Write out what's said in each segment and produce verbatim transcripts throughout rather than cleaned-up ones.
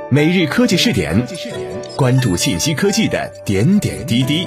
每日科技视点，关注信息科技的点点滴滴。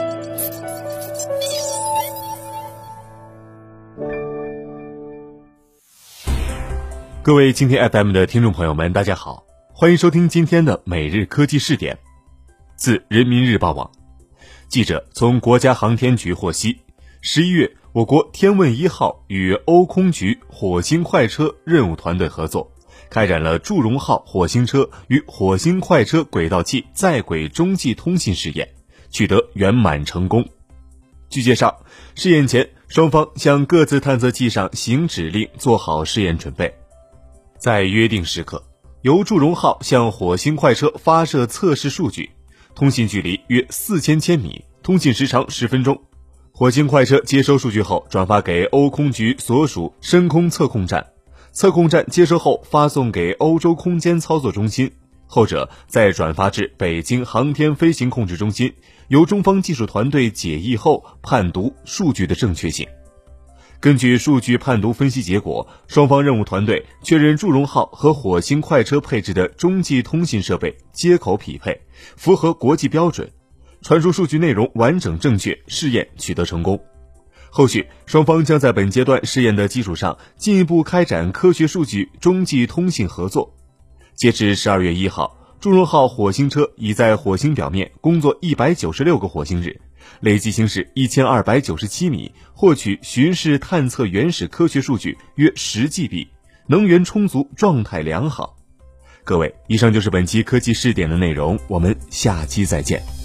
各位今天 F M 的听众朋友们，大家好，欢迎收听今天的每日科技视点。自人民日报网，记者从国家航天局获悉，十一月，我国天问一号与欧空局火星快车任务团队合作，开展了祝融号火星车与火星快车轨道器在轨中继通信试验，取得圆满成功。据介绍，试验前，双方向各自探测器上行指令，做好试验准备。在约定时刻，由祝融号向火星快车发射测试数据，通信距离约四千千米，通信时长十分钟。火星快车接收数据后，转发给欧空局所属深空测控站，测控站接收后发送给欧洲空间操作中心，后者再转发至北京航天飞行控制中心，由中方技术团队解译后判读数据的正确性。根据数据判读分析结果，双方任务团队确认祝融号和火星快车配置的中继通信设备接口匹配，符合国际标准，传输数据内容完整正确，试验取得成功。后续双方将在本阶段试验的基础上进一步开展科学数据中继通信合作。截至十二月一号，祝融号火星车已在火星表面工作一百九十六个火星日，累计行驶一千二百九十七米，获取巡视探测原始科学数据约十 G B， 能源充足，状态良好。各位，以上就是本期科技视点的内容，我们下期再见。